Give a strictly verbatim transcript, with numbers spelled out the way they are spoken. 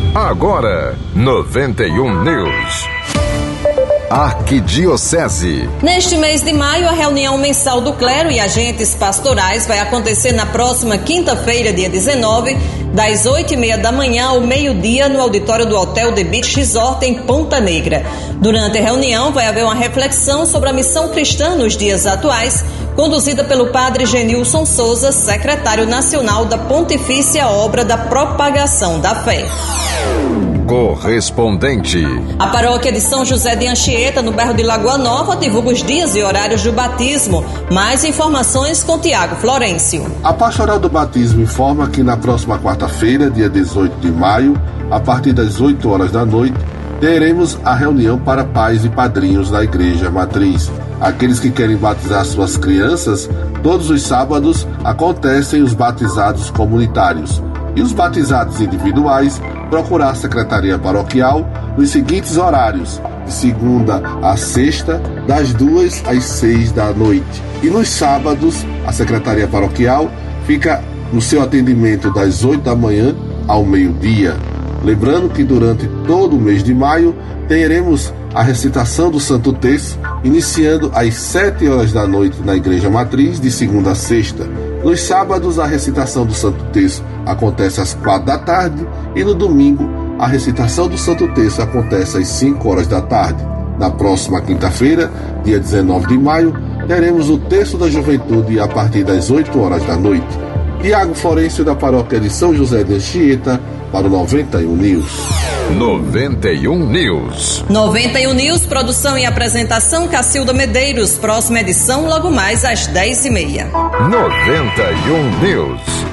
Agora, noventa e um News. Arquidiocese. Neste mês de maio, a reunião mensal do clero e agentes pastorais vai acontecer na próxima quinta-feira, dia dezenove, das oito e meia da manhã ao meio-dia, no auditório do Hotel The Beach Resort, em Ponta Negra. Durante a reunião, vai haver uma reflexão sobre a missão cristã nos dias atuais, conduzida pelo padre Genilson Souza, secretário nacional da Pontifícia Obra da Propagação da Fé. Correspondente. A paróquia de São José de Anchieta, no bairro de Lagoa Nova, divulga os dias e horários do batismo. Mais informações com Tiago Florencio. A Pastoral do Batismo informa que na próxima quarta-feira, dia dezoito de maio, a partir das oito horas da noite, teremos a reunião para pais e padrinhos da Igreja Matriz. Aqueles que querem batizar suas crianças, todos os sábados acontecem os batizados comunitários. E os batizados individuais, procurar a Secretaria Paroquial nos seguintes horários: de segunda a sexta, das duas às seis da noite. E nos sábados, a Secretaria Paroquial fica no seu atendimento das oito da manhã ao meio-dia. Lembrando que durante todo o mês de maio teremos a recitação do Santo Terço, iniciando às sete horas da noite na Igreja Matriz, de segunda a sexta. Nos sábados, a recitação do Santo Terço acontece às quatro da tarde e no domingo, a recitação do Santo Terço acontece às cinco horas da tarde. Na próxima quinta-feira, dia dezenove de maio, teremos o Terço da Juventude a partir das oito horas da noite. Tiago Florencio, da paróquia de São José de Anchieta, para o noventa e um News. noventa e um News. noventa e um News, produção e apresentação Cacilda Medeiros. Próxima edição logo mais às dez e meia. noventa e um News.